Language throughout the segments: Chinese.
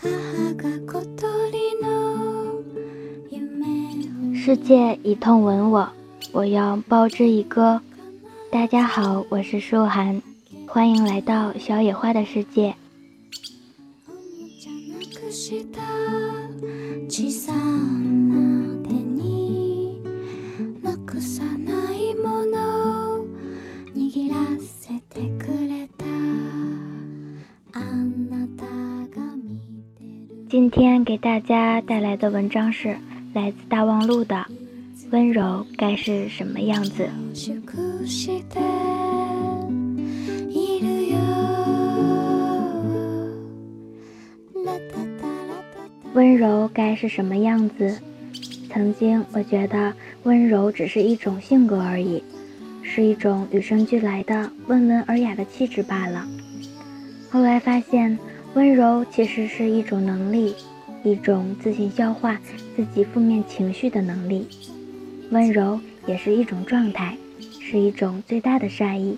世界以痛吻我，我要报之以歌。大家好，我是舒涵，欢迎来到小野花的世界。今天给大家带来的文章是来自大望路的温柔该是什么样子。温柔该是什么样子？曾经我觉得温柔只是一种性格而已，是一种与生俱来的温文尔雅的气质罢了。后来发现温柔其实是一种能力，一种自行消化自己负面情绪的能力。温柔也是一种状态，是一种最大的善意。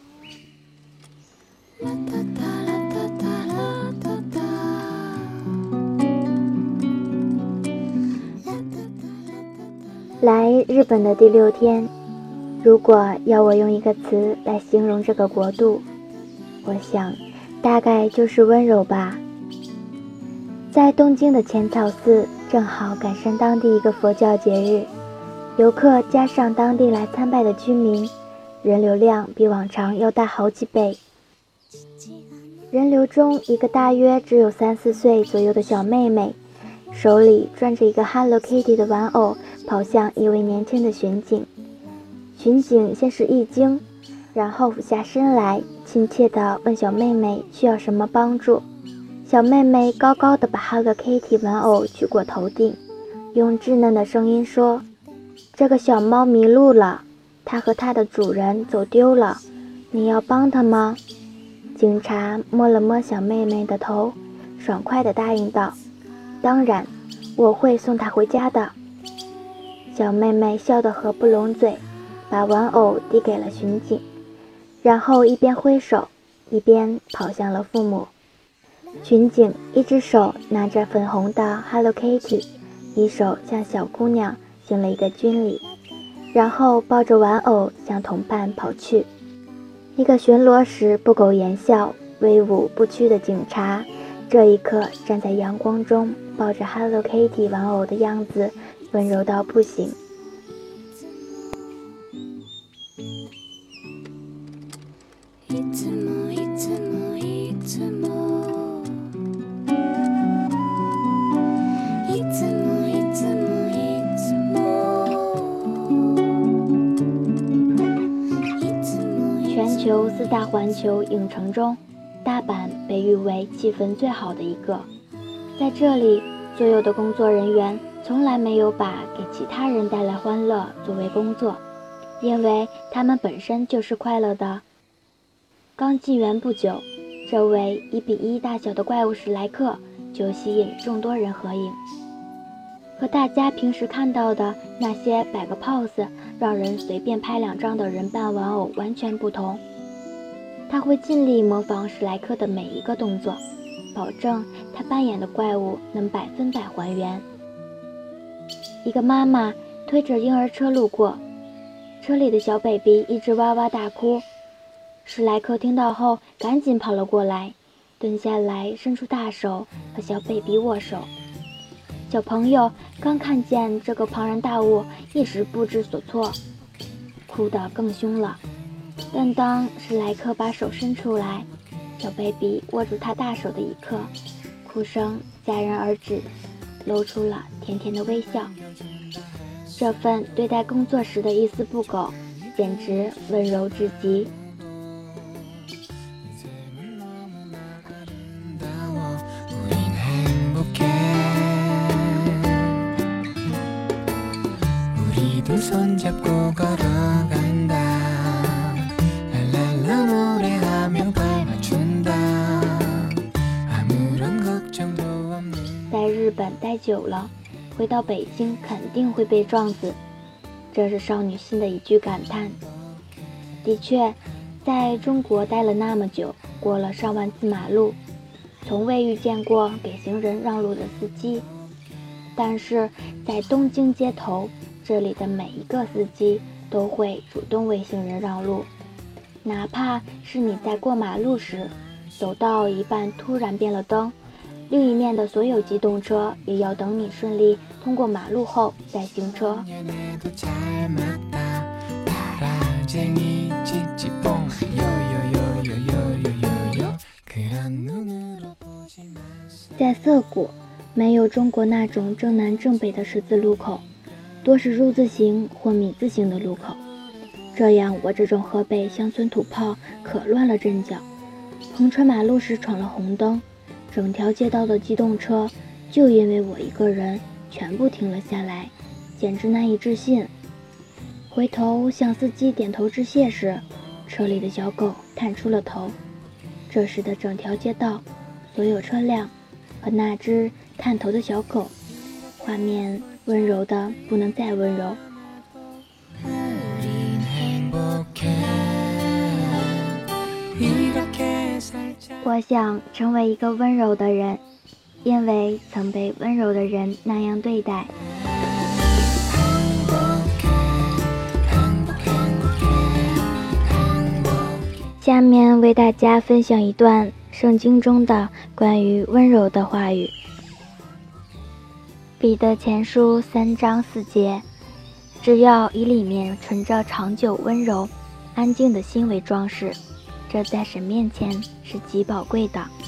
来日本的第6天，如果要我用一个词来形容这个国度，我想大概就是温柔吧。在东京的浅草寺，正好赶上当地一个佛教节日，游客加上当地来参拜的居民，人流量比往常要大好几倍。人流中，一个大约只有3、4岁左右的小妹妹，手里攥着一个 Hello Kitty 的玩偶，跑向一位年轻的巡警。巡警先是一惊，然后俯下身来，亲切地问小妹妹需要什么帮助。小妹妹高高地把 Hello Kitty 玩偶举过头顶，用稚嫩的声音说：“这个小猫迷路了，它和它的主人走丢了，你要帮它吗？”警察摸了摸小妹妹的头，爽快地答应道：“当然，我会送它回家的。”小妹妹笑得合不拢嘴，把玩偶递给了巡警，然后一边挥手，一边跑向了父母。巡警一只手拿着粉红的 Hello Kitty， 一手向小姑娘行了一个军礼，然后抱着玩偶向同伴跑去。一个巡逻时不苟言笑、威武不屈的警察，这一刻站在阳光中，抱着 Hello Kitty 玩偶的样子温柔到不行。全球4大环球影城中，大阪被誉为气氛最好的一个。在这里，所有的工作人员从来没有把给其他人带来欢乐作为工作，因为他们本身就是快乐的。刚进园不久，这位1:1大小的怪物史莱克就吸引众多人合影。和大家平时看到的那些摆个 pose 让人随便拍2张的人扮玩偶完全不同，他会尽力模仿史莱克的每一个动作，保证他扮演的怪物能100%还原。一个妈妈推着婴儿车路过，车里的小 baby 一直哇哇大哭。史莱克听到后赶紧跑了过来，蹲下来伸出大手和小 baby 握手。小朋友刚看见这个庞然大物，一时不知所措，哭得更凶了。但当史莱克把手伸出来，小 baby 握住他大手的一刻，哭声戛然而止，露出了甜甜的微笑。这份对待工作时的一丝不苟，简直温柔至极。在日本待久了，回到北京肯定会被撞死，这是少女心的一句感叹。的确，在中国待了那么久，过了上万次马路， 从未遇见过给行人让路的司机，但是在东京街头，这里的每一个司机都会主动为行人让路，哪怕是你在过马路时，走到一半突然变了灯，另一面的所有机动车也要等你顺利通过马路后再行车。在涩谷，没有中国那种正南正北的十字路口，多是入字形或米字形的路口，这样我这种河北乡村土炮可乱了阵脚。横穿马路时闯了红灯，整条街道的机动车就因为我一个人全部停了下来，简直难以置信。回头向司机点头致谢时，车里的小狗探出了头。这时的整条街道，所有车辆和那只探头的小狗，画面温柔的不能再温柔。我想成为一个温柔的人，因为曾被温柔的人那样对待。下面为大家分享一段圣经中的关于温柔的话语。彼得前书3章4节，只要以里面存着长久温柔安静的心为装饰，这在神面前是极宝贵的。